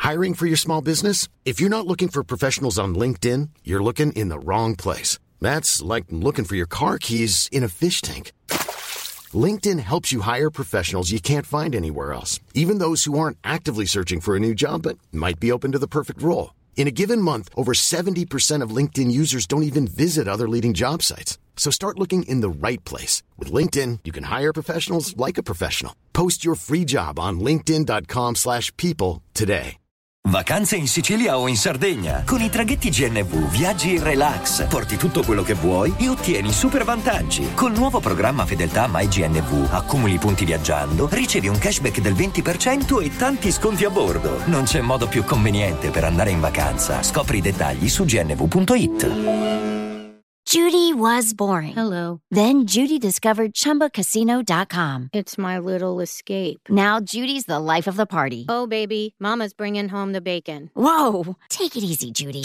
Hiring for your small business? If you're not looking for professionals on LinkedIn, you're looking in the wrong place. That's like looking for your car keys in a fish tank. LinkedIn helps you hire professionals you can't find anywhere else, even those who aren't actively searching for a new job but might be open to the perfect role. In a given month, over 70% of LinkedIn users don't even visit other leading job sites. So start looking in the right place. With LinkedIn, you can hire professionals like a professional. Post your free job on linkedin.com/people today. Vacanze in Sicilia o in Sardegna. Con i traghetti GNV viaggi in relax, porti tutto quello che vuoi e ottieni super vantaggi. Col nuovo programma Fedeltà MyGNV accumuli punti viaggiando, ricevi un cashback del 20% e tanti sconti a bordo. Non c'è modo più conveniente per andare in vacanza. Scopri i dettagli su gnv.it. Judy was boring. Hello. Then Judy discovered ChumbaCasino.com. It's my little escape. Now Judy's the life of the party. Oh, baby, mama's bringing home the bacon. Whoa, take it easy, Judy.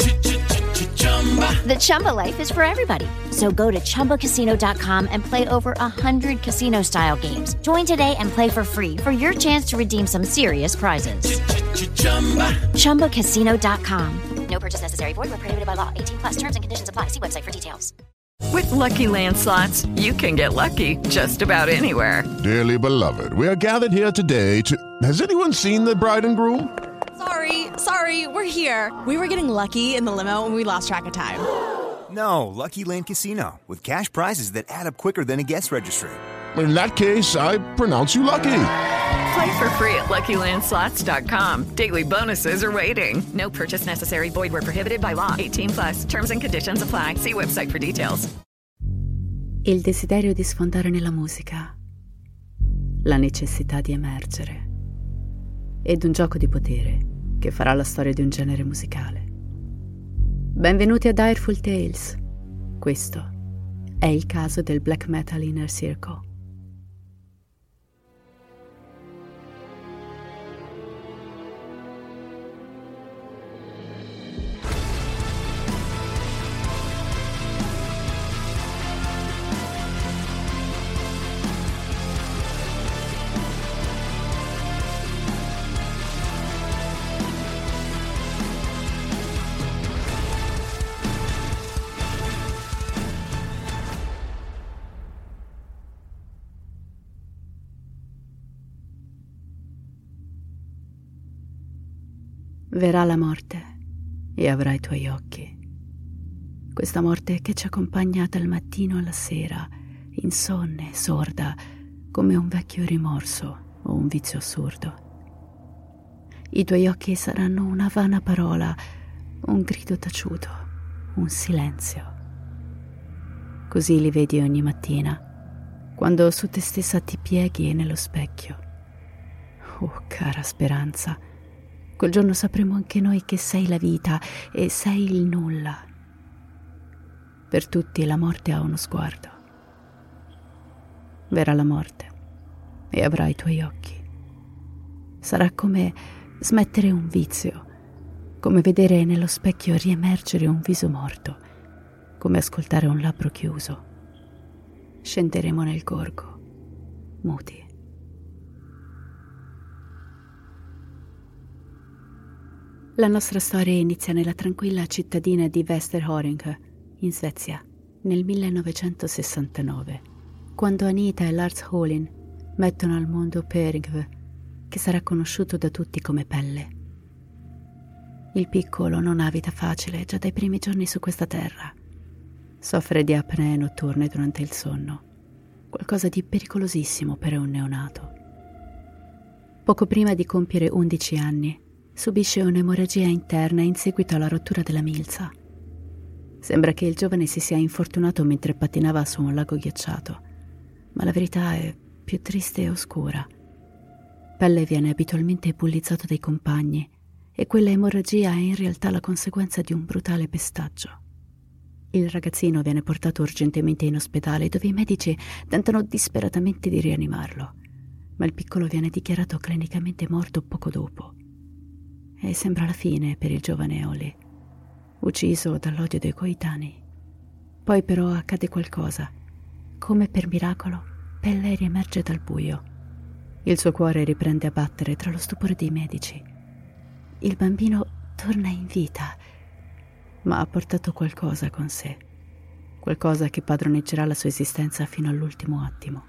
The Chumba life is for everybody. So go to ChumbaCasino.com and play over 100 casino-style games. Join today and play for free for your chance to redeem some serious prizes. ChumbaCasino.com. No purchase necessary. Void where prohibited by law. 18+ terms and conditions apply. See website for details. With Lucky Land Slots, you can get lucky just about anywhere. Dearly beloved, we are gathered here today to... Has anyone seen the bride and groom? Sorry, we're here. We were getting lucky in the limo and we lost track of time. No, Lucky Land Casino, with cash prizes that add up quicker than a guest registry. In that case, I pronounce you lucky. Play for free at LuckyLandSlots.com. Daily bonuses are waiting. No purchase necessary. Void where prohibited by law. 18+. Terms and conditions apply. See website for details. Il desiderio di sfondare nella musica, la necessità di emergere, ed un gioco di potere che farà la storia di un genere musicale. Benvenuti a Direful Tales. Questo è il caso del Black Metal Inner Circle. Verrà la morte e avrai i tuoi occhi. Questa morte che ci accompagna dal mattino alla sera, insonne, sorda, come un vecchio rimorso o un vizio assurdo. I tuoi occhi saranno una vana parola, un grido taciuto, un silenzio. Così li vedi ogni mattina, quando su te stessa ti pieghi nello specchio. Oh, cara speranza, quel giorno sapremo anche noi che sei la vita e sei il nulla. Per tutti la morte ha uno sguardo. Verrà la morte e avrai i tuoi occhi. Sarà come smettere un vizio, come vedere nello specchio riemergere un viso morto, come ascoltare un labbro chiuso. Scenderemo nel gorgo, muti. La nostra storia inizia nella tranquilla cittadina di Västerhaninge, in Svezia, nel 1969, quando Anita e Lars Holin mettono al mondo Perigve, che sarà conosciuto da tutti come Pelle. Il piccolo non ha vita facile già dai primi giorni su questa terra. Soffre di apnee notturne durante il sonno, qualcosa di pericolosissimo per un neonato. Poco prima di compiere 11 anni, subisce un'emorragia interna in seguito alla rottura della milza. Sembra che il giovane si sia infortunato mentre pattinava su un lago ghiacciato, ma la verità è più triste e oscura. Pelle viene abitualmente bullizzato dai compagni e quella emorragia è in realtà la conseguenza di un brutale pestaggio. Il ragazzino viene portato urgentemente in ospedale dove i medici tentano disperatamente di rianimarlo, ma il piccolo viene dichiarato clinicamente morto poco dopo. E sembra la fine per il giovane Oli, ucciso dall'odio dei coetanei. Poi però accade qualcosa. Come per miracolo, Pelle riemerge dal buio. Il suo cuore riprende a battere tra lo stupore dei medici. il bambino torna in vita, ma ha portato qualcosa con sé, qualcosa che padroneggerà la sua esistenza fino all'ultimo attimo.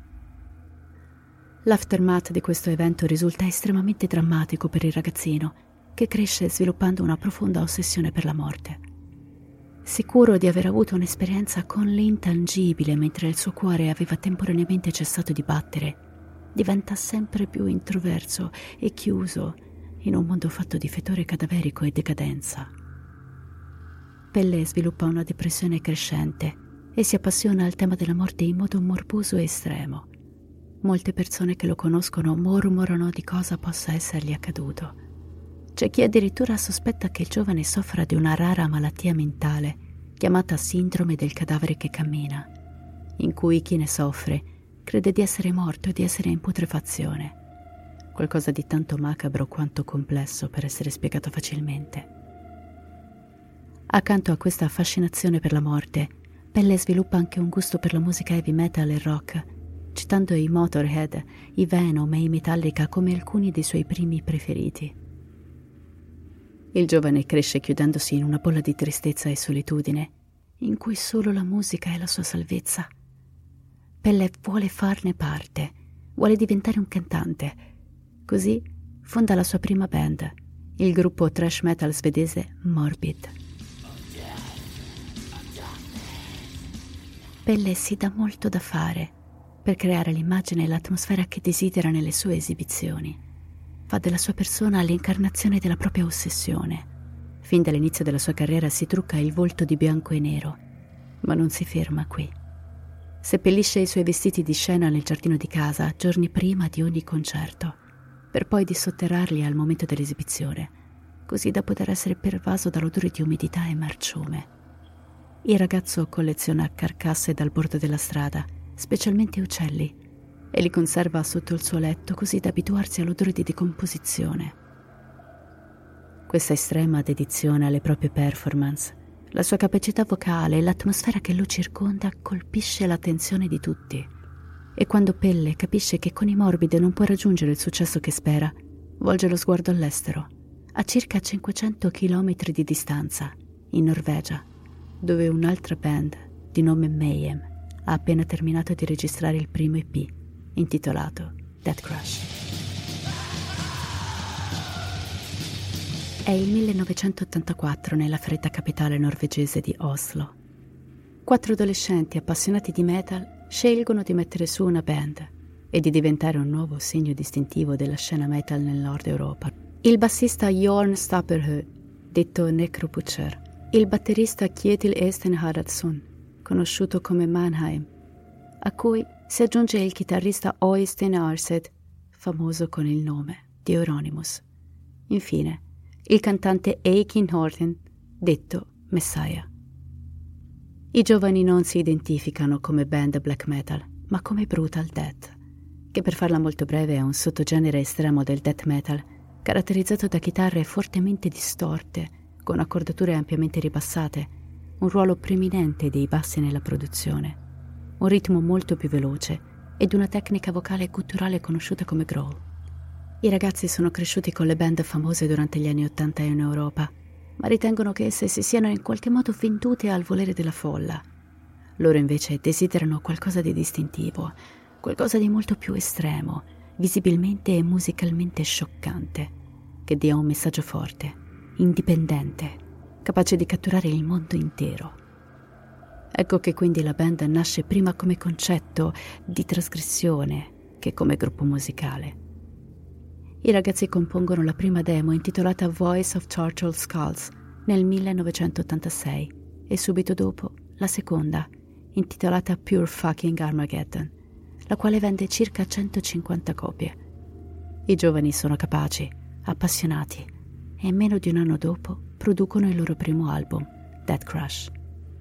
L'aftermath di questo evento risulta estremamente drammatico per il ragazzino, che cresce sviluppando una profonda ossessione per la morte. Sicuro di aver avuto un'esperienza con l'intangibile mentre il suo cuore aveva temporaneamente cessato di battere, diventa sempre più introverso e chiuso in un mondo fatto di fetore cadaverico e decadenza. Pelle sviluppa una depressione crescente e si appassiona al tema della morte in modo morboso e estremo. Molte persone che lo conoscono mormorano di cosa possa essergli accaduto. C'è chi addirittura sospetta che il giovane soffra di una rara malattia mentale chiamata sindrome del cadavere che cammina, in cui chi ne soffre crede di essere morto e di essere in putrefazione. Qualcosa di tanto macabro quanto complesso per essere spiegato facilmente. Accanto a questa fascinazione per la morte, Pelle sviluppa anche un gusto per la musica heavy metal e rock, citando i Motorhead, i Venom e i Metallica come alcuni dei suoi primi preferiti. Il giovane cresce chiudendosi in una bolla di tristezza e solitudine, in cui solo la musica è la sua salvezza. Pelle vuole farne parte, vuole diventare un cantante. Così fonda la sua prima band, il gruppo thrash metal svedese Morbid. Pelle si dà molto da fare per creare l'immagine e l'atmosfera che desidera nelle sue esibizioni. Fa della sua persona l'incarnazione della propria ossessione. Fin dall'inizio della sua carriera si trucca il volto di bianco e nero, ma non si ferma qui. Seppellisce i suoi vestiti di scena nel giardino di casa giorni prima di ogni concerto, per poi dissotterrarli al momento dell'esibizione, così da poter essere pervaso dall'odore di umidità e marciume. Il ragazzo colleziona carcasse dal bordo della strada, specialmente uccelli, e li conserva sotto il suo letto così da abituarsi all'odore di decomposizione. Questa estrema dedizione alle proprie performance, la sua capacità vocale e l'atmosfera che lo circonda colpisce l'attenzione di tutti. E quando Pelle capisce che con i Morbid non può raggiungere il successo che spera, volge lo sguardo all'estero, a circa 500 chilometri di distanza, in Norvegia, dove un'altra band di nome Mayhem ha appena terminato di registrare il primo EP, intitolato Death Crush. È il 1984 nella fredda capitale norvegese di Oslo. 4 adolescenti appassionati di metal scelgono di mettere su una band e di diventare un nuovo segno distintivo della scena metal nel nord Europa. Il bassista Jorn Stapperhø, detto Necroputcher, il batterista Kjetil Esten Haraldsson, conosciuto come Mannheim, a cui si aggiunge il chitarrista Øystein Aarseth, famoso con il nome di Euronymous. Infine, il cantante Eikin Horten, detto Messiah. I giovani non si identificano come band black metal, ma come brutal death, che per farla molto breve è un sottogenere estremo del death metal, caratterizzato da chitarre fortemente distorte, con accordature ampiamente ribassate, un ruolo preminente dei bassi nella produzione, un ritmo molto più veloce ed una tecnica vocale gutturale conosciuta come growl. I ragazzi sono cresciuti con le band famose durante gli anni '80 in Europa, ma ritengono che esse si siano in qualche modo vendute al volere della folla. Loro invece desiderano qualcosa di distintivo, qualcosa di molto più estremo, visibilmente e musicalmente scioccante, che dia un messaggio forte, indipendente, capace di catturare il mondo intero. Ecco che quindi la band nasce prima come concetto di trasgressione che come gruppo musicale. I ragazzi compongono la prima demo intitolata Voice of Churchill Skulls nel 1986 e subito dopo la seconda, intitolata Pure Fucking Armageddon, la quale vende circa 150 copie. I giovani sono capaci, appassionati e meno di un anno dopo producono il loro primo album, Death Crush.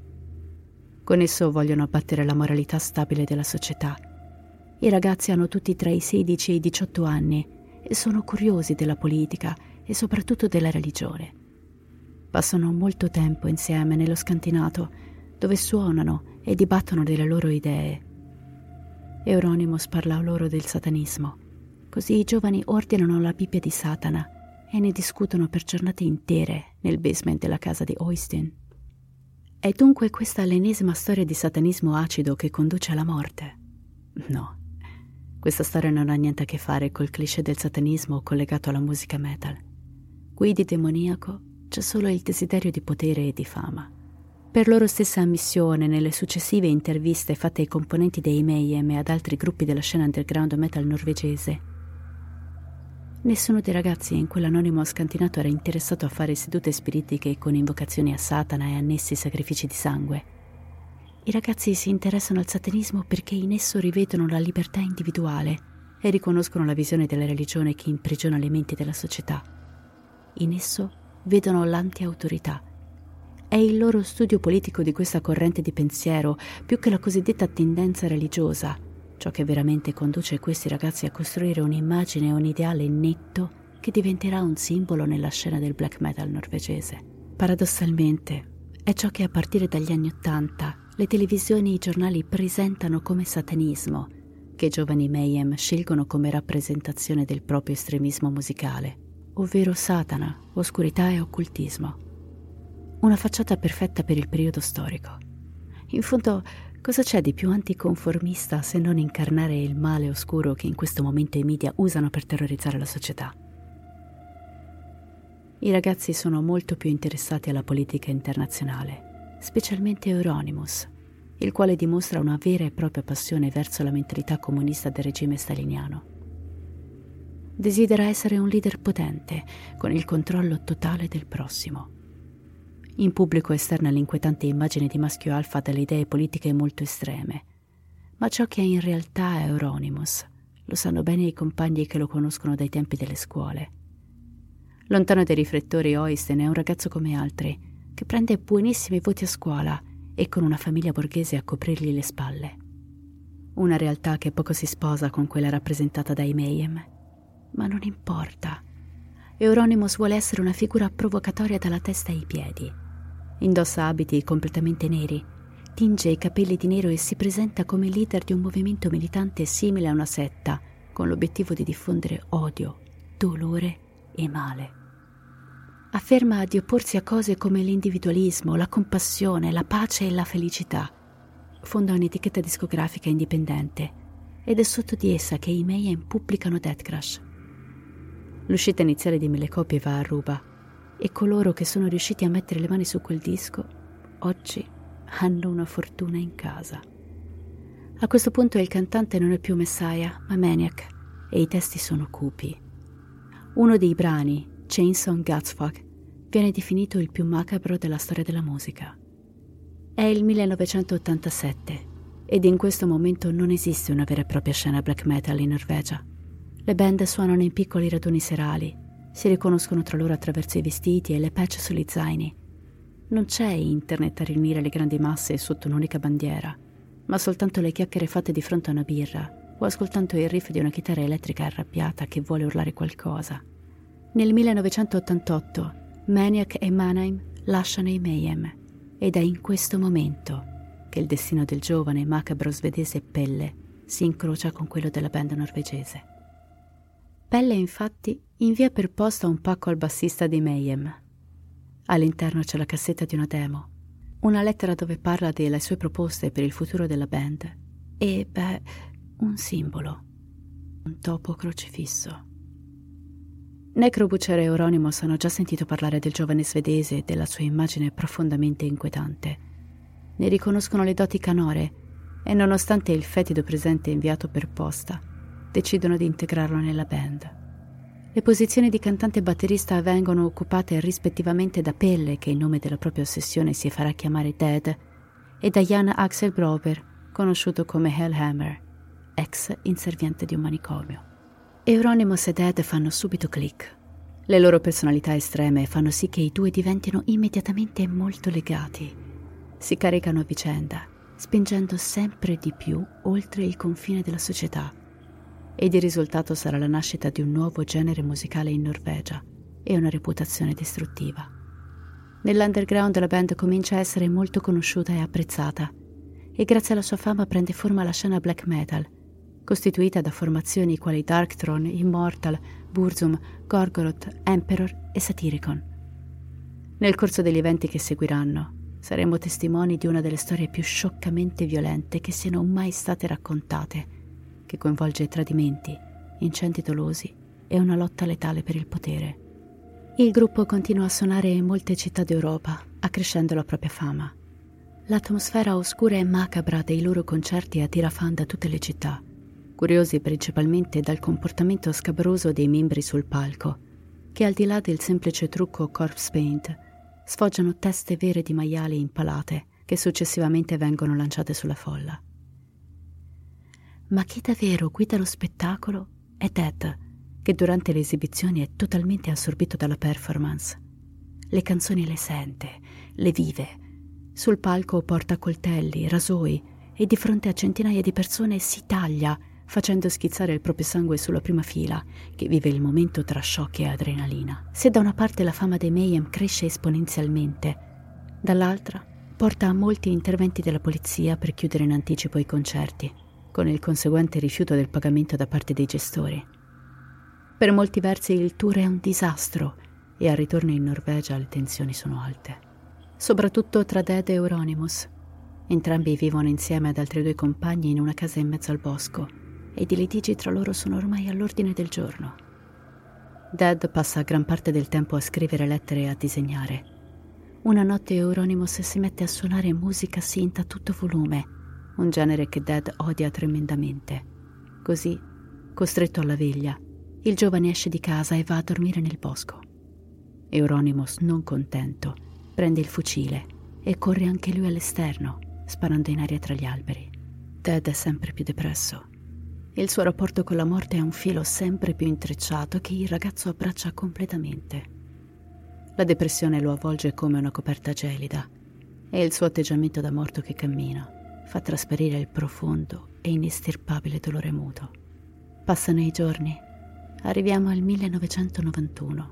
Con esso vogliono abbattere la moralità stabile della società. I ragazzi hanno tutti tra i 16 e i 18 anni e sono curiosi della politica e soprattutto della religione. Passano molto tempo insieme nello scantinato, dove suonano e dibattono delle loro idee. Euronymous parla loro del satanismo. Così i giovani ordinano la Bibbia di Satana e ne discutono per giornate intere nel basement della casa di Oystein. È dunque questa l'ennesima storia di satanismo acido che conduce alla morte? No, questa storia non ha niente a che fare col cliché del satanismo collegato alla musica metal. Qui di demoniaco c'è solo il desiderio di potere e di fama. Per loro stessa ammissione, nelle successive interviste fatte ai componenti dei Mayhem e ad altri gruppi della scena underground metal norvegese, nessuno dei ragazzi in quell'anonimo scantinato era interessato a fare sedute spiritiche con invocazioni a Satana e annessi sacrifici di sangue. I ragazzi si interessano al satanismo perché in esso rivedono la libertà individuale e riconoscono la visione della religione che imprigiona le menti della società. In esso vedono l'anti-autorità. È il loro studio politico di questa corrente di pensiero, più che la cosiddetta tendenza religiosa, ciò che veramente conduce questi ragazzi a costruire un'immagine e un ideale netto che diventerà un simbolo nella scena del black metal norvegese. Paradossalmente, è ciò che a partire dagli anni '80 le televisioni e i giornali presentano come satanismo, che i giovani Mayhem scelgono come rappresentazione del proprio estremismo musicale, ovvero Satana, oscurità e occultismo. Una facciata perfetta per il periodo storico. In fondo, cosa c'è di più anticonformista se non incarnare il male oscuro che in questo momento i media usano per terrorizzare la società? I ragazzi sono molto più interessati alla politica internazionale, specialmente Euronymous, il quale dimostra una vera e propria passione verso la mentalità comunista del regime staliniano. Desidera essere un leader potente, con il controllo totale del prossimo. In pubblico esterna l'inquietante immagine di maschio alfa dalle idee politiche molto estreme, ma ciò che è in realtà è Euronymous lo sanno bene i compagni che lo conoscono dai tempi delle scuole. Lontano dai riflettori, Oystein è un ragazzo come altri, che prende buonissimi voti a scuola e con una famiglia borghese a coprirgli le spalle. Una realtà che poco si sposa con quella rappresentata dai Mayhem, ma non importa. Euronymous vuole essere una figura provocatoria dalla testa ai piedi. Indossa abiti completamente neri, tinge i capelli di nero e si presenta come leader di un movimento militante simile a una setta, con l'obiettivo di diffondere odio, dolore e male. Afferma di opporsi a cose come l'individualismo, la compassione, la pace e la felicità. Fonda un'etichetta discografica indipendente ed è sotto di essa che i Mayhem pubblicano Death Crash. L'uscita iniziale di 1000 copie va a ruba e coloro che sono riusciti a mettere le mani su quel disco oggi hanno una fortuna in casa. A questo punto il cantante non è più Messiah, ma Maniac, e i testi sono cupi. Uno dei brani, Chainsaw Gutsfuck, viene definito il più macabro della storia della musica. È il 1987 ed in questo momento non esiste una vera e propria scena black metal in Norvegia. Le band suonano in piccoli raduni serali, si riconoscono tra loro attraverso i vestiti e le patch sugli zaini. Non c'è internet a riunire le grandi masse sotto un'unica bandiera, ma soltanto le chiacchiere fatte di fronte a una birra o ascoltando il riff di una chitarra elettrica arrabbiata che vuole urlare qualcosa. Nel 1988 Maniac e Mannheim lasciano i Mayhem ed è in questo momento che il destino del giovane macabro svedese Pelle si incrocia con quello della band norvegese. Pelle infatti invia per posta un pacco al bassista dei Mayhem. All'interno c'è la cassetta di una demo, una lettera dove parla delle sue proposte per il futuro della band e, un simbolo, un topo crocifisso. Necrobutcher e Euronymous hanno già sentito parlare del giovane svedese e della sua immagine profondamente inquietante. Ne riconoscono le doti canore e, nonostante il fetido presente inviato per posta, decidono di integrarlo nella band. Le posizioni di cantante e batterista vengono occupate rispettivamente da Pelle, che in nome della propria ossessione si farà chiamare Dead, e da Jan Axel Brober, conosciuto come Hellhammer, ex inserviente di un manicomio. Euronymous e Dead fanno subito click. Le loro personalità estreme fanno sì che i due diventino immediatamente molto legati. Si caricano a vicenda, spingendo sempre di più oltre il confine della società. Ed il risultato sarà la nascita di un nuovo genere musicale in Norvegia e una reputazione distruttiva. Nell'underground la band comincia a essere molto conosciuta e apprezzata, e grazie alla sua fama prende forma la scena black metal, costituita da formazioni quali Darkthrone, Immortal, Burzum, Gorgoroth, Emperor e Satyricon. Nel corso degli eventi che seguiranno, saremo testimoni di una delle storie più scioccamente violente che siano mai state raccontate, che coinvolge tradimenti, incendi dolosi e una lotta letale per il potere. Il gruppo continua a suonare in molte città d'Europa, accrescendo la propria fama. L'atmosfera oscura e macabra dei loro concerti attira fan da tutte le città, curiosi principalmente dal comportamento scabroso dei membri sul palco, che al di là del semplice trucco corpse paint, sfoggiano teste vere di maiali impalate che successivamente vengono lanciate sulla folla. Ma chi davvero guida lo spettacolo è Dead, che durante le esibizioni è totalmente assorbito dalla performance. Le canzoni le sente, le vive. Sul palco porta coltelli, rasoi e di fronte a centinaia di persone si taglia, facendo schizzare il proprio sangue sulla prima fila, che vive il momento tra shock e adrenalina. Se da una parte la fama dei Mayhem cresce esponenzialmente, dall'altra porta a molti interventi della polizia per chiudere in anticipo i concerti, con il conseguente rifiuto del pagamento da parte dei gestori. Per molti versi il tour è un disastro e al ritorno in Norvegia le tensioni sono alte. Soprattutto tra Dead e Euronymous. Entrambi vivono insieme ad altri 2 compagni in una casa in mezzo al bosco ed i litigi tra loro sono ormai all'ordine del giorno. Dead passa gran parte del tempo a scrivere lettere e a disegnare. Una notte Euronymous si mette a suonare musica synth a tutto volume, un genere che Dead odia tremendamente. Così, costretto alla veglia, il giovane esce di casa e va a dormire nel bosco. Euronymous, non contento, prende il fucile e corre anche lui all'esterno, sparando in aria tra gli alberi. Dead è sempre più depresso. Il suo rapporto con la morte è un filo sempre più intrecciato che il ragazzo abbraccia completamente. La depressione lo avvolge come una coperta gelida e il suo atteggiamento da morto che cammina fa trasparire il profondo e inestirpabile dolore muto. Passano i giorni. Arriviamo al 1991.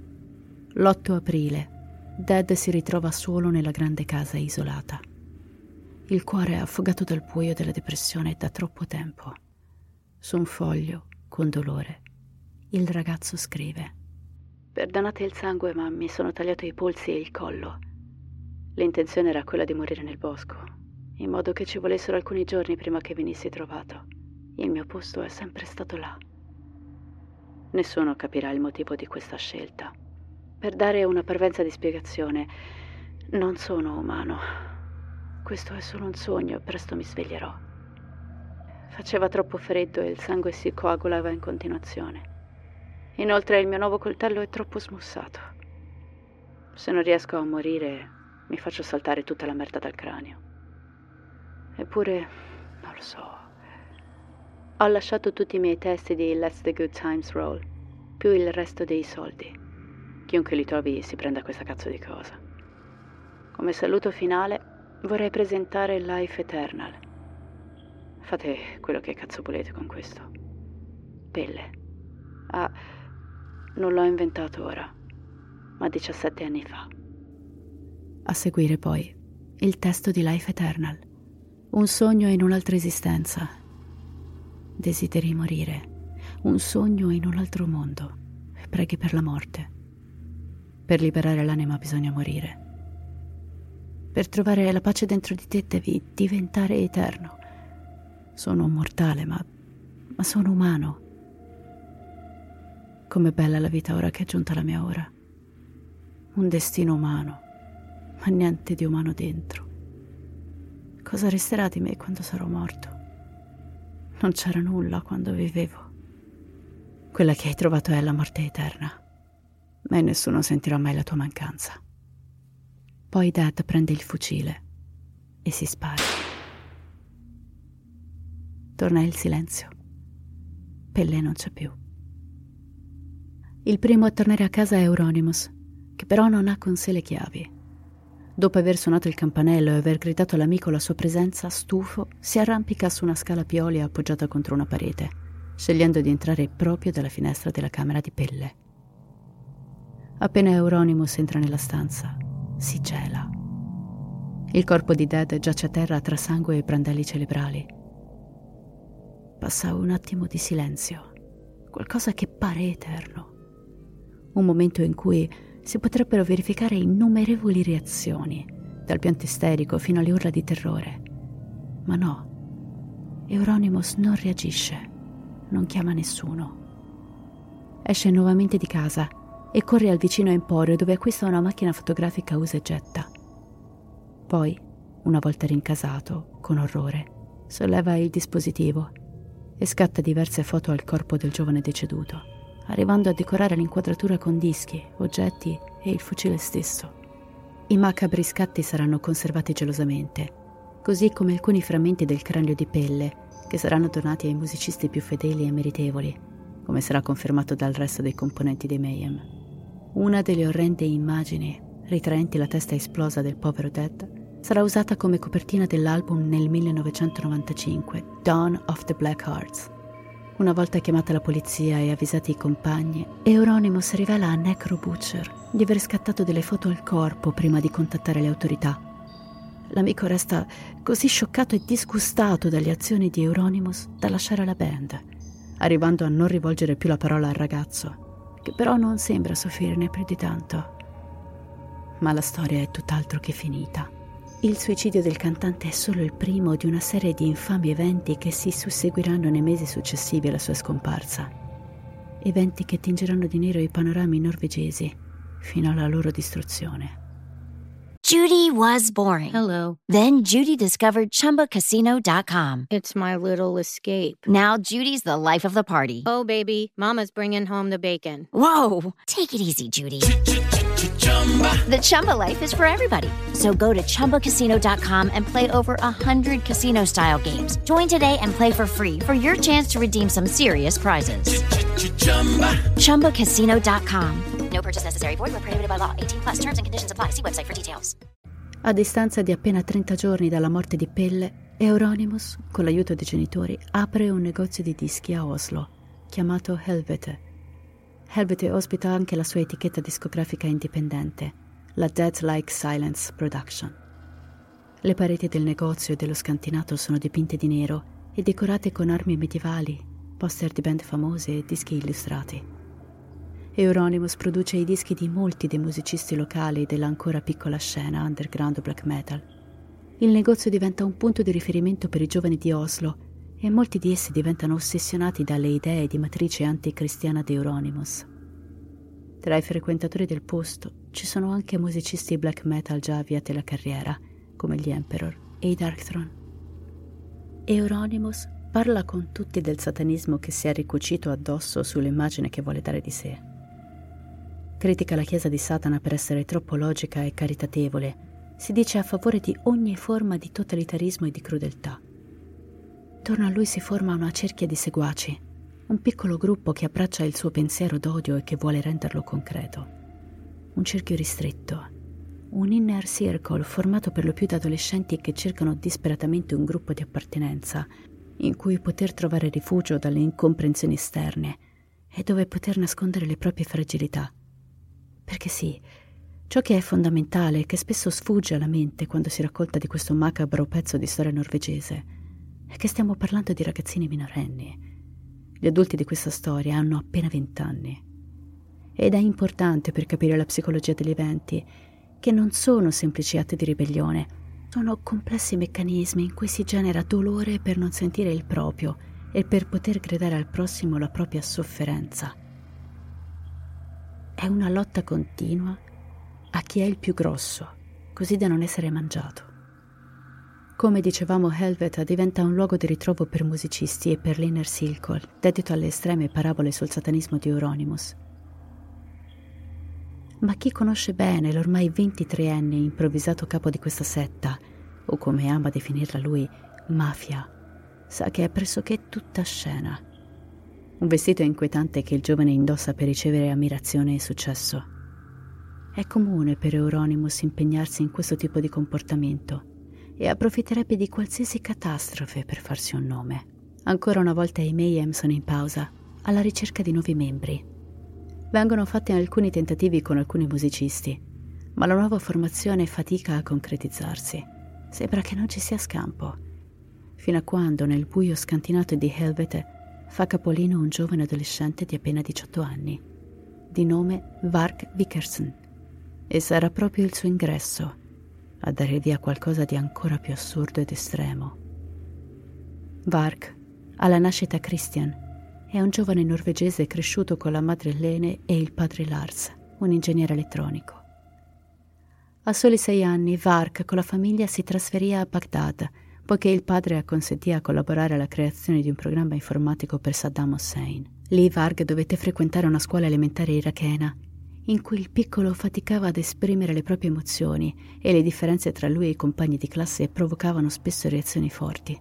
L'8 aprile, Dead si ritrova solo nella grande casa isolata. Il cuore è affogato dal buio della depressione da troppo tempo. Su un foglio, con dolore, il ragazzo scrive: «Perdonate il sangue, ma mi sono tagliato i polsi e il collo. L'intenzione era quella di morire nel bosco, in modo che ci volessero alcuni giorni prima che venissi trovato. Il mio posto è sempre stato là. Nessuno capirà il motivo di questa scelta. Per dare una parvenza di spiegazione, non sono umano. Questo è solo un sogno, presto mi sveglierò. Faceva troppo freddo e il sangue si coagulava in continuazione. Inoltre il mio nuovo coltello è troppo smussato. Se non riesco a morire, mi faccio saltare tutta la merda dal cranio. Eppure, non lo so. Ho lasciato tutti i miei testi di Let's the Good Times Roll, più il resto dei soldi. Chiunque li trovi si prenda questa cazzo di cosa. Come saluto finale vorrei presentare Life Eternal. Fate quello che cazzo volete con questo. Pelle. Ah, non l'ho inventato ora, ma 17 anni fa». A seguire poi il testo di Life Eternal. Un sogno in un'altra esistenza. Desideri morire. Un sogno in un altro mondo. Preghi per la morte. Per liberare l'anima bisogna morire. Per trovare la pace dentro di te devi diventare eterno. Sono un mortale, ma sono umano. Com'è bella la vita ora che è giunta la mia ora. Un destino umano, ma niente di umano dentro. Cosa resterà di me quando sarò morto? Non c'era nulla quando vivevo. Quella che hai trovato è la morte eterna. Ma nessuno sentirà mai la tua mancanza. Poi Dead prende il fucile e si spara. Torna il silenzio. Pelle non c'è più. Il primo a tornare a casa è Euronymous, che però non ha con sé le chiavi. Dopo aver suonato il campanello e aver gridato all'amico la sua presenza, stufo, si arrampica su una scala a pioli appoggiata contro una parete, scegliendo di entrare proprio dalla finestra della camera di Pelle. Appena Euronymous entra nella stanza, si gela. Il corpo di Dead giace a terra tra sangue e brandelli cerebrali. passa un attimo di silenzio, qualcosa che pare eterno. Un momento in cui si potrebbero verificare innumerevoli reazioni, dal pianto isterico fino alle urla di terrore. Ma no, Euronymous non reagisce, non chiama nessuno. Esce nuovamente di casa e corre al vicino emporio dove acquista una macchina fotografica usa e getta. Poi, una volta rincasato, con orrore, solleva il dispositivo e scatta diverse foto al corpo del giovane deceduto, arrivando a decorare l'inquadratura con dischi, oggetti e il fucile stesso. I macabri scatti saranno conservati gelosamente, così come alcuni frammenti del cranio di pelle che saranno donati ai musicisti più fedeli e meritevoli, come sarà confermato dal resto dei componenti dei Mayhem. Una delle orrende immagini, ritraenti la testa esplosa del povero Ted, sarà usata come copertina dell'album nel 1995, Dawn of the Black Hearts. Una volta chiamata la polizia e avvisati i compagni, Euronymous rivela a Necro Butcher di aver scattato delle foto al corpo prima di contattare le autorità. L'amico resta così scioccato e disgustato dalle azioni di Euronymous da lasciare la band, arrivando a non rivolgere più la parola al ragazzo, che però non sembra soffrirne più di tanto. Ma la storia è tutt'altro che finita. Il suicidio del cantante è solo il primo di una serie di infami eventi che si susseguiranno nei mesi successivi alla sua scomparsa. Eventi che tingeranno di nero i panorami norvegesi fino alla loro distruzione. Judy was boring. Hello. Then Judy discovered ChumbaCasino.com. It's my little escape. Now Judy's the life of the party. Oh, baby, mama's bringing home the bacon. Whoa, take it easy, Judy. The Chumba life is for everybody. So go to ChumbaCasino.com and play over 100 casino-style games. Join today and play for free for your chance to redeem some serious prizes. ChumbaCasino.com. No purchase necessary. Void where prohibited by law. 18+. Terms and conditions apply. See website for details. A distanza di appena 30 giorni dalla morte di Pelle, Euronymous, con l'aiuto dei genitori, apre un negozio di dischi a Oslo, chiamato Helvete. Helvete ospita anche la sua etichetta discografica indipendente, la Dead Like Silence Production. Le pareti del negozio e dello scantinato sono dipinte di nero e decorate con armi medievali, poster di band famose e dischi illustrati. Euronymous produce i dischi di molti dei musicisti locali della ancora piccola scena underground black metal. Il negozio diventa un punto di riferimento per i giovani di Oslo e molti di essi diventano ossessionati dalle idee di matrice anticristiana di Euronymous. Tra i frequentatori del posto ci sono anche musicisti black metal già avviati alla carriera, come gli Emperor e i Darkthrone. Euronymous parla con tutti del satanismo che si è ricucito addosso sull'immagine che vuole dare di sé. Critica la Chiesa di Satana per essere troppo logica e caritatevole. Si dice a favore di ogni forma di totalitarismo e di crudeltà. Attorno a lui si forma una cerchia di seguaci, un piccolo gruppo che abbraccia il suo pensiero d'odio e che vuole renderlo concreto. Un cerchio ristretto, un inner circle formato per lo più da adolescenti che cercano disperatamente un gruppo di appartenenza in cui poter trovare rifugio dalle incomprensioni esterne e dove poter nascondere le proprie fragilità. Perché sì, ciò che è fondamentale e che spesso sfugge alla mente quando si racconta di questo macabro pezzo di storia norvegese è che stiamo parlando di ragazzini minorenni. Gli adulti di questa storia hanno appena 20 anni. Ed è importante per capire la psicologia degli eventi che non sono semplici atti di ribellione, sono complessi meccanismi in cui si genera dolore per non sentire il proprio e per poter gridare al prossimo la propria sofferenza. È una lotta continua a chi è il più grosso, così da non essere mangiato. Come dicevamo, Helvete diventa un luogo di ritrovo per musicisti e per l'Inner Circle, dedito alle estreme parabole sul satanismo di Euronymous. Ma chi conosce bene l'ormai 23enne improvvisato capo di questa setta, o come ama definirla lui, mafia, sa che è pressoché tutta scena. Un vestito inquietante che il giovane indossa per ricevere ammirazione e successo. È comune per Euronymous impegnarsi in questo tipo di comportamento e approfitterebbe di qualsiasi catastrofe per farsi un nome. Ancora una volta i Mayhem sono in pausa, alla ricerca di nuovi membri. Vengono fatti alcuni tentativi con alcuni musicisti, ma la nuova formazione fatica a concretizzarsi. Sembra che non ci sia scampo. fino a quando nel buio scantinato di Helvete fa capolino un giovane adolescente di appena 18 anni, di nome Varg Vikersen, e sarà proprio il suo ingresso a dare via qualcosa di ancora più assurdo ed estremo. Varg, alla nascita Christian, è un giovane norvegese cresciuto con la madre Lene e il padre Lars, un ingegnere elettronico. A soli 6 anni, Varg con la famiglia si trasferì a Baghdad, poiché il padre acconsentì a collaborare alla creazione di un programma informatico per Saddam Hussein. Lì Varg dovette frequentare una scuola elementare irachena, in cui il piccolo faticava ad esprimere le proprie emozioni e le differenze tra lui e i compagni di classe provocavano spesso reazioni forti.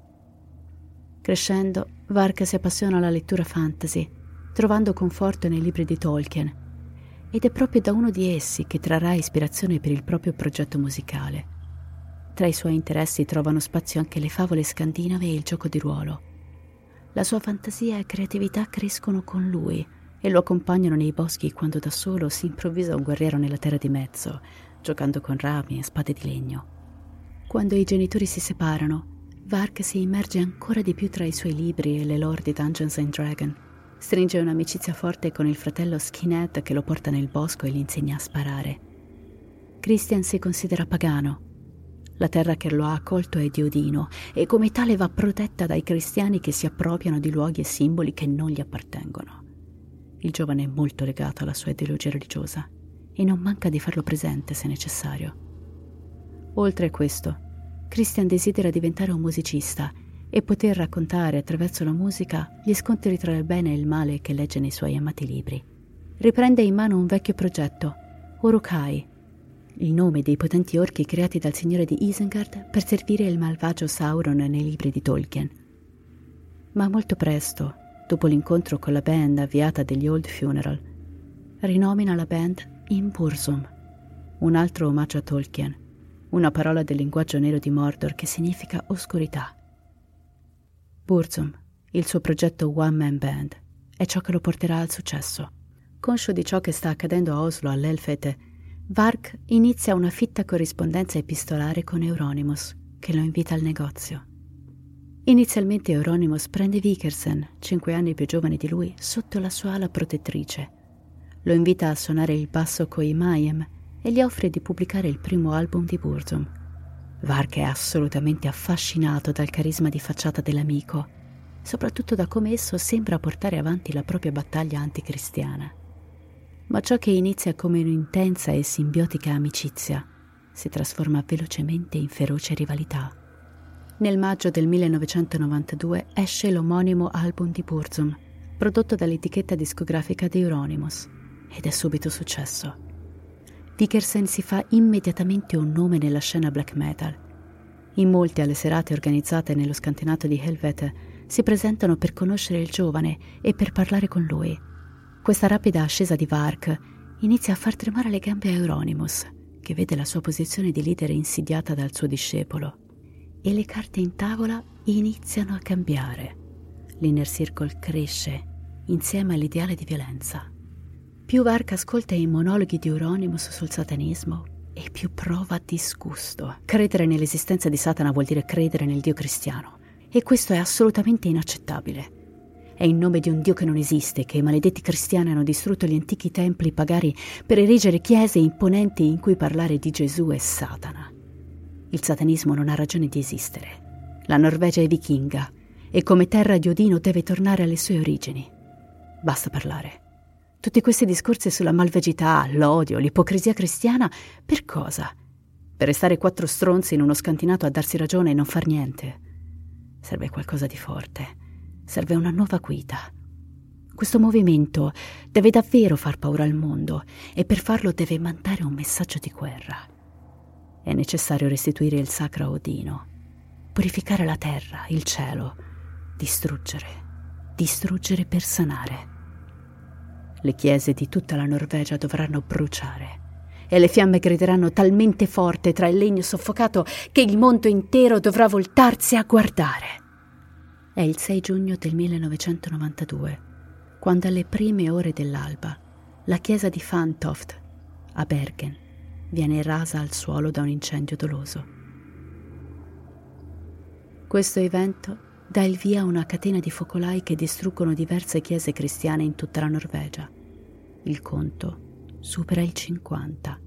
Crescendo, Varg si appassiona alla lettura fantasy, trovando conforto nei libri di Tolkien, ed è proprio da uno di essi che trarrà ispirazione per il proprio progetto musicale. Tra i suoi interessi trovano spazio anche le favole scandinave e il gioco di ruolo. La sua fantasia e creatività crescono con lui e lo accompagnano nei boschi quando da solo si improvvisa un guerriero nella terra di mezzo, giocando con rami e spade di legno. Quando i genitori si separano, Varg si immerge ancora di più tra i suoi libri e le lore di Dungeons & Dragons. Stringe un'amicizia forte con il fratello Skinhead che lo porta nel bosco e gli insegna a sparare. Christian si considera pagano. La terra che lo ha accolto è di Odino e come tale va protetta dai cristiani che si appropriano di luoghi e simboli che non gli appartengono. Il giovane è molto legato alla sua ideologia religiosa e non manca di farlo presente se necessario. Oltre a questo, Christian desidera diventare un musicista e poter raccontare attraverso la musica gli scontri tra il bene e il male che legge nei suoi amati libri. Riprende in mano un vecchio progetto, Uruk-hai, il nome dei potenti orchi creati dal signore di Isengard per servire il malvagio Sauron nei libri di Tolkien. Ma molto presto, dopo l'incontro con la band avviata degli Old Funeral, rinomina la band in Burzum, un altro omaggio a Tolkien, una parola del linguaggio nero di Mordor che significa oscurità. Burzum, il suo progetto One Man Band, è ciò che lo porterà al successo. Conscio di ciò che sta accadendo a Oslo all'Elfete, Varg inizia una fitta corrispondenza epistolare con Euronymous, che lo invita al negozio. Inizialmente Euronymous prende Vikersen, 5 anni più giovane di lui, sotto la sua ala protettrice. Lo invita a suonare il basso coi Mayhem e gli offre di pubblicare il primo album di Burzum. Varg è assolutamente affascinato dal carisma di facciata dell'amico, soprattutto da come esso sembra portare avanti la propria battaglia anticristiana. Ma ciò che inizia come un'intensa e simbiotica amicizia si trasforma velocemente in feroce rivalità. Nel maggio del 1992 esce l'omonimo album di Burzum, prodotto dall'etichetta discografica di Euronymous, ed è subito successo. Vikersen si fa immediatamente un nome nella scena black metal. In molti alle serate organizzate nello scantinato di Helvete si presentano per conoscere il giovane e per parlare con lui. Questa rapida ascesa di Varg inizia a far tremare le gambe a Euronymous, che vede la sua posizione di leader insidiata dal suo discepolo. E le carte in tavola iniziano a cambiare. L'Inner Circle cresce insieme all'ideale di violenza. Più Varg ascolta i monologhi di Euronymous sul satanismo e più prova disgusto. Credere nell'esistenza di Satana vuol dire credere nel Dio cristiano, e questo è assolutamente inaccettabile. È in nome di un Dio che non esiste che i maledetti cristiani hanno distrutto gli antichi templi pagani per erigere chiese imponenti in cui parlare di Gesù e Satana. Il satanismo non ha ragione di esistere. La Norvegia è vichinga e come terra di Odino deve tornare alle sue origini. Basta parlare. Tutti questi discorsi sulla malvagità, l'odio, l'ipocrisia cristiana, per cosa? Per restare 4 stronzi in uno scantinato a darsi ragione e non far niente. Serve qualcosa di forte. Serve una nuova guida. Questo movimento deve davvero far paura al mondo e per farlo deve mandare un messaggio di guerra. È necessario restituire il sacro a Odino, purificare la terra, il cielo, distruggere per sanare. Le chiese di tutta la Norvegia dovranno bruciare e le fiamme grideranno talmente forte tra il legno soffocato che il mondo intero dovrà voltarsi a guardare. È il 6 giugno del 1992, quando alle prime ore dell'alba la chiesa di Fantoft, a Bergen, viene rasa al suolo da un incendio doloso. Questo evento dà il via a una catena di focolai che distruggono diverse chiese cristiane in tutta la Norvegia. Il conto supera il 50.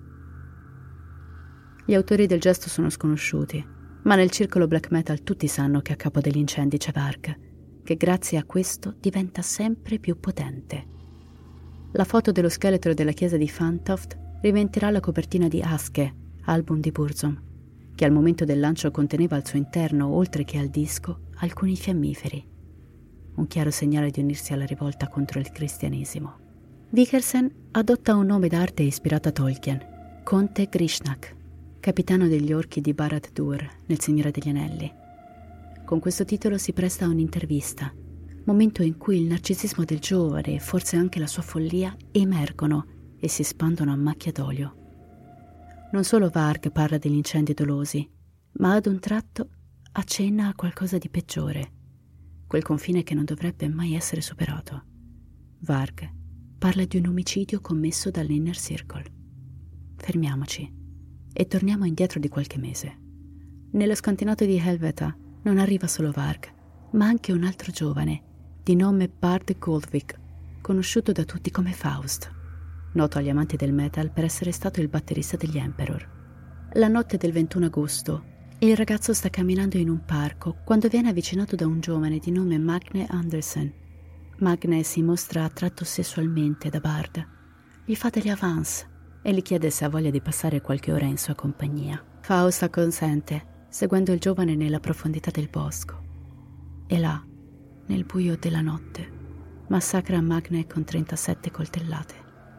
Gli autori del gesto sono sconosciuti, ma nel circolo black metal tutti sanno che a capo degli incendi c'è Varg, che grazie a questo diventa sempre più potente. La foto dello scheletro della chiesa di Fantoft diventerà la copertina di Aske, album di Burzum, che al momento del lancio conteneva al suo interno, oltre che al disco, alcuni fiammiferi. Un chiaro segnale di unirsi alla rivolta contro il cristianesimo. Vikersen adotta un nome d'arte ispirato a Tolkien, Conte Grishnak, capitano degli orchi di Barad-dûr nel Signore degli Anelli. Con questo titolo si presta a un'intervista, momento in cui il narcisismo del giovane e forse anche la sua follia emergono e si espandono a macchia d'olio. Non solo Varg parla degli incendi dolosi, ma ad un tratto accenna a qualcosa di peggiore, quel confine che non dovrebbe mai essere superato. Varg parla di un omicidio commesso dall'Inner Circle. Fermiamoci e torniamo indietro di qualche mese. Nello scantinato di Helveta non arriva solo Varg, ma anche un altro giovane, di nome Bard Goldvik, conosciuto da tutti come Faust, noto agli amanti del metal per essere stato il batterista degli Emperor. La notte del 21 agosto, il ragazzo sta camminando in un parco quando viene avvicinato da un giovane di nome Magne Andersen. Magne si mostra attratto sessualmente da Bard, gli fa delle avance e gli chiede se ha voglia di passare qualche ora in sua compagnia. Faust acconsente, seguendo il giovane nella profondità del bosco. E là, nel buio della notte, massacra Magne con 37 coltellate.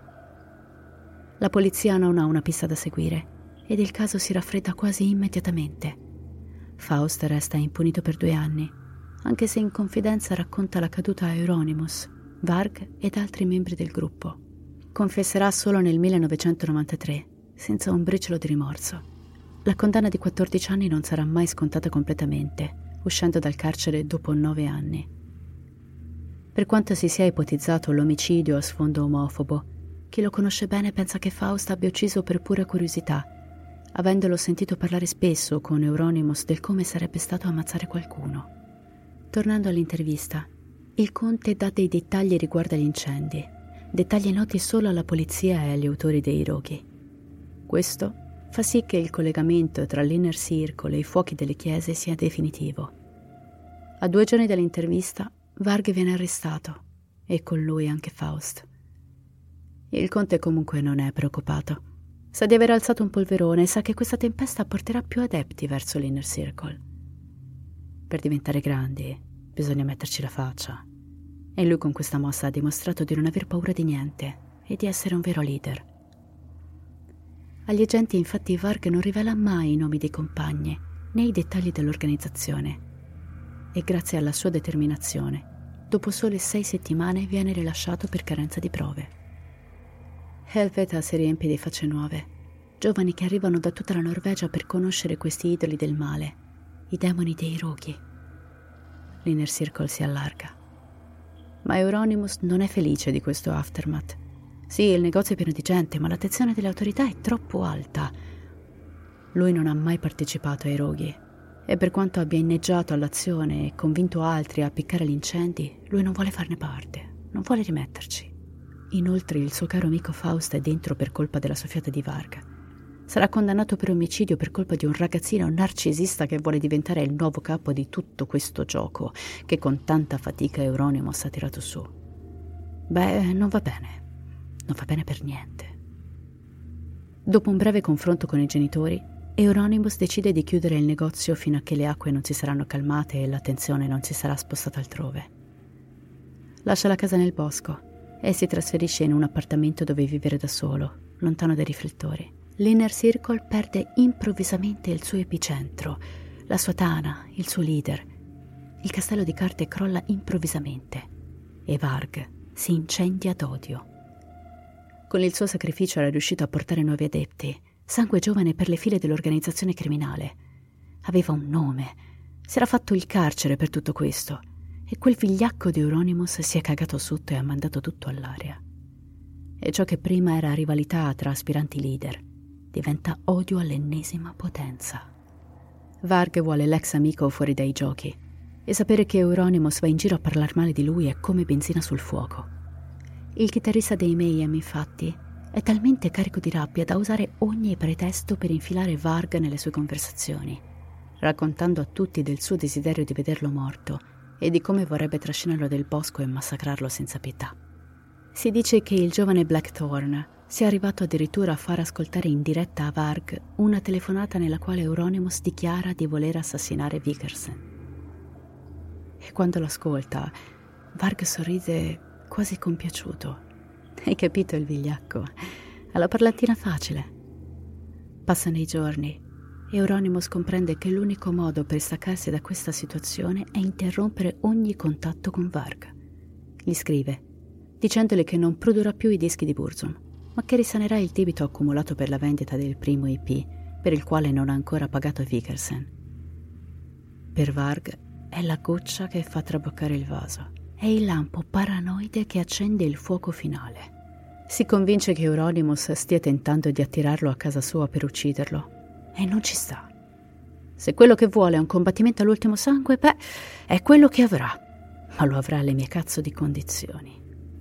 La polizia non ha una pista da seguire ed il caso si raffredda quasi immediatamente. Faust resta impunito per 2 anni, anche se in confidenza racconta la caduta a Euronymous, Varg ed altri membri del gruppo. Confesserà solo nel 1993, senza un briciolo di rimorso. La condanna di 14 anni non sarà mai scontata completamente, uscendo dal carcere dopo 9 anni. Per quanto si sia ipotizzato l'omicidio a sfondo omofobo, chi lo conosce bene pensa che Faust abbia ucciso per pura curiosità, avendolo sentito parlare spesso con Euronymous del come sarebbe stato ammazzare qualcuno. Tornando all'intervista, il conte dà dei dettagli riguardo agli incendi, dettagli noti solo alla polizia e agli autori dei roghi. Questo fa sì che il collegamento tra l'Inner Circle e i fuochi delle chiese sia definitivo. A 2 giorni dall'intervista, Varg viene arrestato, e con lui anche Faust. Il conte comunque non è preoccupato. Sa di aver alzato un polverone e sa che questa tempesta porterà più adepti verso l'Inner Circle. Per diventare grandi bisogna metterci la faccia. E lui con questa mossa ha dimostrato di non aver paura di niente e di essere un vero leader. Agli agenti infatti Varg non rivela mai i nomi dei compagni né i dettagli dell'organizzazione. E grazie alla sua determinazione, dopo sole 6 settimane viene rilasciato per carenza di prove. Helveta si riempie di facce nuove, giovani che arrivano da tutta la Norvegia per conoscere questi idoli del male, i demoni dei roghi. L'Inner Circle si allarga. Ma Euronymous non è felice di questo aftermath. Sì, il negozio è pieno di gente, ma l'attenzione delle autorità è troppo alta. Lui non ha mai partecipato ai roghi, e per quanto abbia inneggiato all'azione e convinto altri a appiccare gli incendi, lui non vuole farne parte, non vuole rimetterci. Inoltre il suo caro amico Faust è dentro per colpa della soffiata di Varg. Sarà condannato per omicidio per colpa di un ragazzino narcisista che vuole diventare il nuovo capo di tutto questo gioco che con tanta fatica Euronymous ha tirato su. Beh, non va bene per niente. Dopo un breve confronto con i genitori, Euronymous decide di chiudere il negozio fino a che le acque non si saranno calmate e l'attenzione non si sarà spostata altrove. Lascia la casa nel bosco e si trasferisce in un appartamento dove vivere da solo, lontano dai riflettori. L'Inner Circle perde improvvisamente il suo epicentro, la sua tana, il suo leader. Il castello di carte crolla improvvisamente e Varg si incendia d'odio. Con il suo sacrificio era riuscito a portare nuovi adepti, sangue giovane per le file dell'organizzazione criminale. Aveva un nome, si era fatto il carcere per tutto questo. E quel vigliacco di Euronymous si è cagato sotto e ha mandato tutto all'aria. E ciò che prima era rivalità tra aspiranti leader diventa odio all'ennesima potenza. Varg vuole l'ex amico fuori dai giochi e sapere che Euronymous va in giro a parlare male di lui è come benzina sul fuoco. Il chitarrista dei Mayhem, infatti, è talmente carico di rabbia da usare ogni pretesto per infilare Varg nelle sue conversazioni, raccontando a tutti del suo desiderio di vederlo morto e di come vorrebbe trascinarlo del bosco e massacrarlo senza pietà. Si dice che il giovane Blackthorn sia arrivato addirittura a far ascoltare in diretta a Varg una telefonata nella quale Euronymous dichiara di voler assassinare Vikersen. E quando l'ascolta, Varg sorride quasi compiaciuto. Hai capito il vigliacco? Ha la parlantina facile. Passano i giorni e Euronymous comprende che l'unico modo per staccarsi da questa situazione è interrompere ogni contatto con Varg. Gli scrive, dicendole che non produrrà più i dischi di Burzum, ma che risanerà il debito accumulato per la vendita del primo EP, per il quale non ha ancora pagato Vikersen. Per Varg è la goccia che fa traboccare il vaso, è il lampo paranoide che accende il fuoco finale. Si convince che Euronymous stia tentando di attirarlo a casa sua per ucciderlo, e non ci sta. Se quello che vuole è un combattimento all'ultimo sangue, è quello che avrà, ma lo avrà alle mie cazzo di condizioni.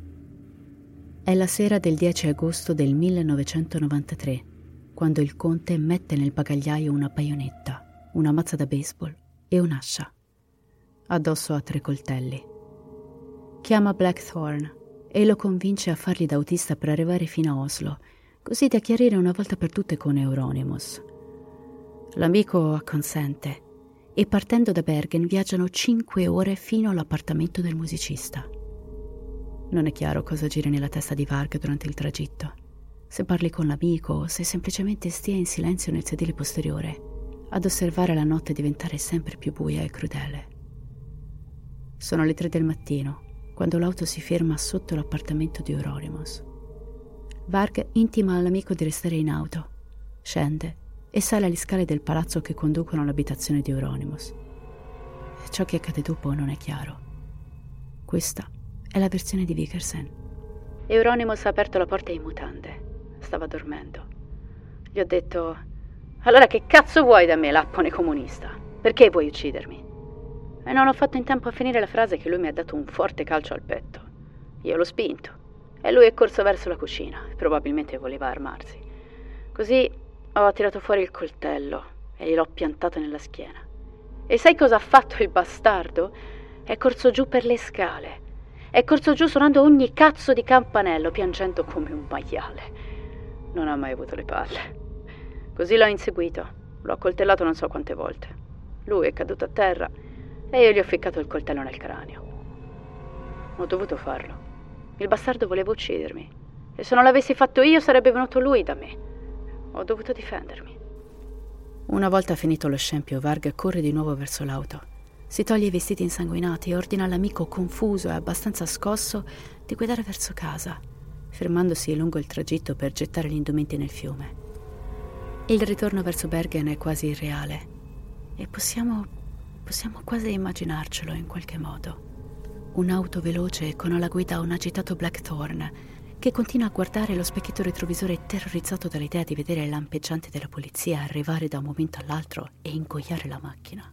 È la sera del 10 agosto del 1993, quando il conte mette nel bagagliaio una baionetta, una mazza da baseball e un'ascia. Addosso ha 3 coltelli. Chiama Blackthorn e lo convince a fargli da autista per arrivare fino a Oslo, così da chiarire una volta per tutte con Euronymous. L'amico acconsente e partendo da Bergen viaggiano 5 ore fino all'appartamento del musicista. Non è chiaro cosa giri nella testa di Varg durante il tragitto, se parli con l'amico o se semplicemente stia in silenzio nel sedile posteriore ad osservare la notte diventare sempre più buia e crudele. Sono le 3 del mattino quando l'auto si ferma sotto l'appartamento di Euronymous. Varg intima all'amico di restare in auto, scende e sale alle scale del palazzo che conducono all'abitazione di Euronymous. Ciò che accade dopo non è chiaro. Questa è la versione di Vikersen. Euronymous ha aperto la porta in mutande. Stava dormendo. Gli ho detto: allora che cazzo vuoi da me, lappone comunista? Perché vuoi uccidermi? E non ho fatto in tempo a finire la frase che lui mi ha dato un forte calcio al petto. Io l'ho spinto e lui è corso verso la cucina. Probabilmente voleva armarsi. Così ho tirato fuori il coltello e gliel'ho piantato nella schiena. E sai cosa ha fatto il bastardo? È corso giù per le scale. È corso giù suonando ogni cazzo di campanello, piangendo come un maiale. Non ha mai avuto le palle. Così l'ho inseguito. L'ho accoltellato non so quante volte. Lui è caduto a terra e io gli ho ficcato il coltello nel cranio. Ho dovuto farlo. Il bastardo voleva uccidermi. E se non l'avessi fatto io sarebbe venuto lui da me. Ho dovuto difendermi. Una volta finito lo scempio, Varg corre di nuovo verso l'auto. Si toglie i vestiti insanguinati e ordina all'amico confuso e abbastanza scosso di guidare verso casa, fermandosi lungo il tragitto per gettare gli indumenti nel fiume. Il ritorno verso Bergen è quasi irreale e possiamo quasi immaginarcelo in qualche modo. Un'auto veloce con alla guida un agitato Blackthorn che continua a guardare lo specchietto retrovisore terrorizzato dall'idea di vedere il lampeggiante della polizia arrivare da un momento all'altro e ingoiare la macchina.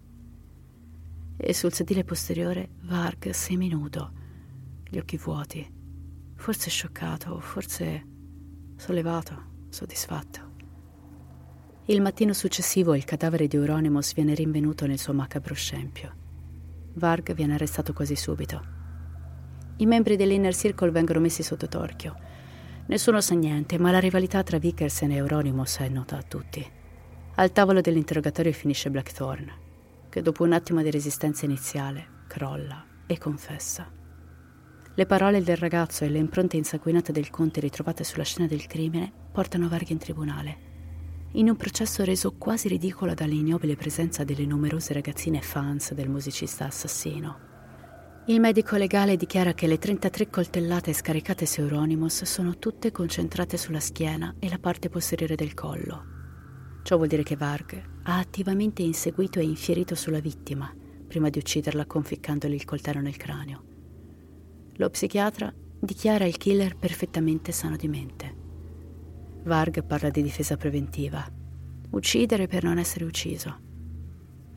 E sul sedile posteriore Varg seminudo, gli occhi vuoti, forse scioccato, forse sollevato, soddisfatto. Il mattino successivo il cadavere di Euronymous viene rinvenuto nel suo macabro scempio. Varg viene arrestato quasi subito. I membri dell'Inner Circle vengono messi sotto torchio. Nessuno sa niente, ma la rivalità tra Vikersen e Euronymous è nota a tutti. Al tavolo dell'interrogatorio finisce Blackthorn, che dopo un attimo di resistenza iniziale crolla e confessa. Le parole del ragazzo e le impronte insanguinate del conte ritrovate sulla scena del crimine portano Varg in tribunale, in un processo reso quasi ridicolo dall'ignobile presenza delle numerose ragazzine fans del musicista assassino. Il medico legale dichiara che le 33 coltellate scaricate su Euronymous sono tutte concentrate sulla schiena e la parte posteriore del collo. Ciò vuol dire che Varg ha attivamente inseguito e infierito sulla vittima prima di ucciderla conficcandole il coltello nel cranio. Lo psichiatra dichiara il killer perfettamente sano di mente. Varg parla di difesa preventiva, uccidere per non essere ucciso.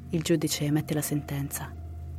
il giudice emette la sentenza.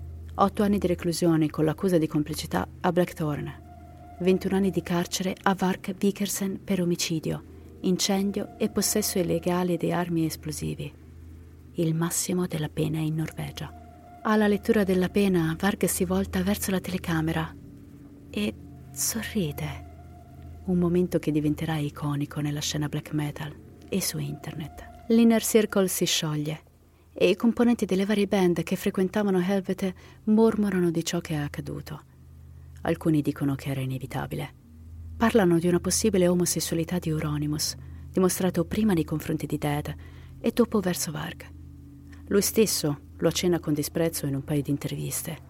8 anni di reclusione con l'accusa di complicità a Blackthorn, 21 anni di carcere a Varg Vikersen per omicidio, incendio e possesso illegale di armi esplosivi. Il massimo della pena in Norvegia. Alla lettura della pena, Varg si volta verso la telecamera e sorride. Un momento che diventerà iconico nella scena black metal e su internet. L'Inner Circle si scioglie e i componenti delle varie band che frequentavano Helvete mormorano di ciò che è accaduto. Alcuni dicono che era inevitabile. Parlano di una possibile omosessualità di Euronymous, dimostrato prima nei confronti di Dead e dopo verso Varg. Lui stesso lo accenna con disprezzo in un paio di interviste.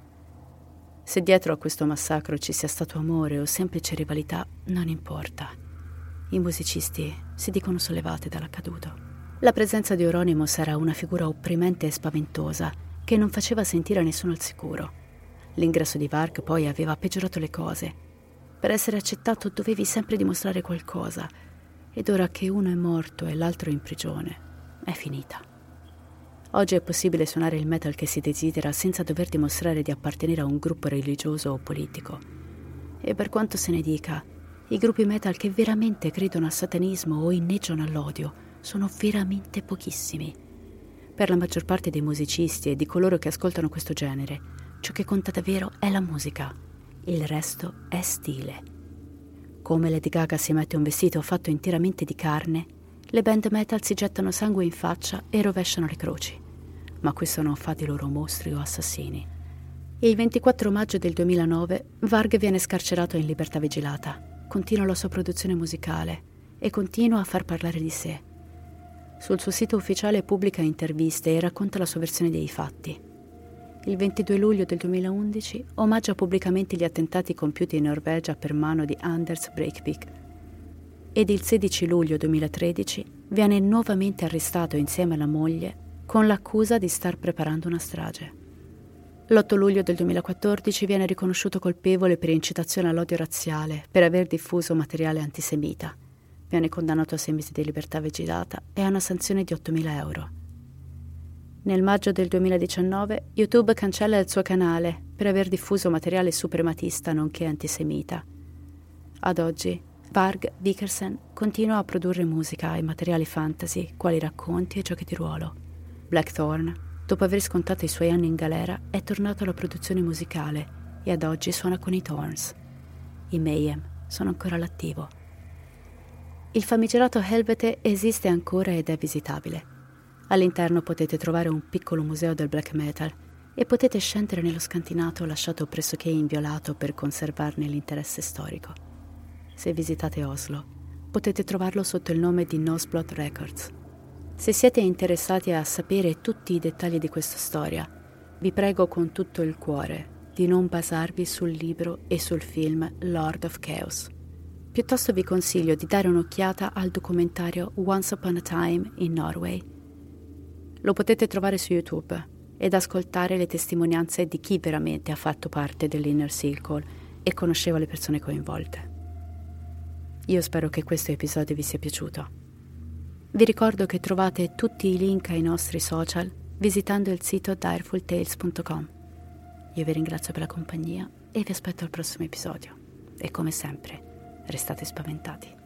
Se dietro a questo massacro ci sia stato amore o semplice rivalità, non importa. I musicisti si dicono sollevati dall'accaduto. La presenza di Euronymous era una figura opprimente e spaventosa che non faceva sentire nessuno al sicuro. L'ingresso di Varg poi aveva peggiorato le cose. Per essere accettato dovevi sempre dimostrare qualcosa, ed ora che uno è morto e l'altro in prigione, è finita. Oggi è possibile suonare il metal che si desidera senza dover dimostrare di appartenere a un gruppo religioso o politico. E per quanto se ne dica, i gruppi metal che veramente credono al satanismo o inneggiano all'odio sono veramente pochissimi. Per la maggior parte dei musicisti e di coloro che ascoltano questo genere, ciò che conta davvero è la musica. Il resto è stile. Come Lady Gaga si mette un vestito fatto interamente di carne, le band metal si gettano sangue in faccia e rovesciano le croci. Ma questo non fa di loro mostri o assassini. Il 24 maggio del 2009 Varg viene scarcerato in libertà vigilata. Continua la sua produzione musicale e continua a far parlare di sé. Sul suo sito ufficiale pubblica interviste e racconta la sua versione dei fatti. Il 22 luglio del 2011 omaggia pubblicamente gli attentati compiuti in Norvegia per mano di Anders Breivik ed il 16 luglio 2013 viene nuovamente arrestato insieme alla moglie con l'accusa di star preparando una strage. L'8 luglio del 2014 viene riconosciuto colpevole per incitazione all'odio razziale per aver diffuso materiale antisemita. Viene condannato a 6 mesi di libertà vigilata e a una sanzione di 8.000 euro. Nel maggio del 2019 YouTube cancella il suo canale per aver diffuso materiale suprematista nonché antisemita. Ad oggi Varg Vikersen continua a produrre musica e materiali fantasy quali racconti e giochi di ruolo. Blackthorn, dopo aver scontato i suoi anni in galera, è tornato alla produzione musicale e ad oggi suona con i Thorns. I Mayhem sono ancora all'attivo. Il famigerato Helvete esiste ancora ed è visitabile. All'interno potete trovare un piccolo museo del black metal e potete scendere nello scantinato lasciato pressoché inviolato per conservarne l'interesse storico. Se visitate Oslo, potete trovarlo sotto il nome di Nosblot Records. Se siete interessati a sapere tutti i dettagli di questa storia, vi prego con tutto il cuore di non basarvi sul libro e sul film Lord of Chaos. Piuttosto vi consiglio di dare un'occhiata al documentario Once Upon a Time in Norway. Lo potete trovare su YouTube ed ascoltare le testimonianze di chi veramente ha fatto parte dell'Inner Circle e conosceva le persone coinvolte. Io spero che questo episodio vi sia piaciuto. Vi ricordo che trovate tutti i link ai nostri social visitando il sito direfultales.com. Io vi ringrazio per la compagnia e vi aspetto al prossimo episodio. E come sempre, restate spaventati.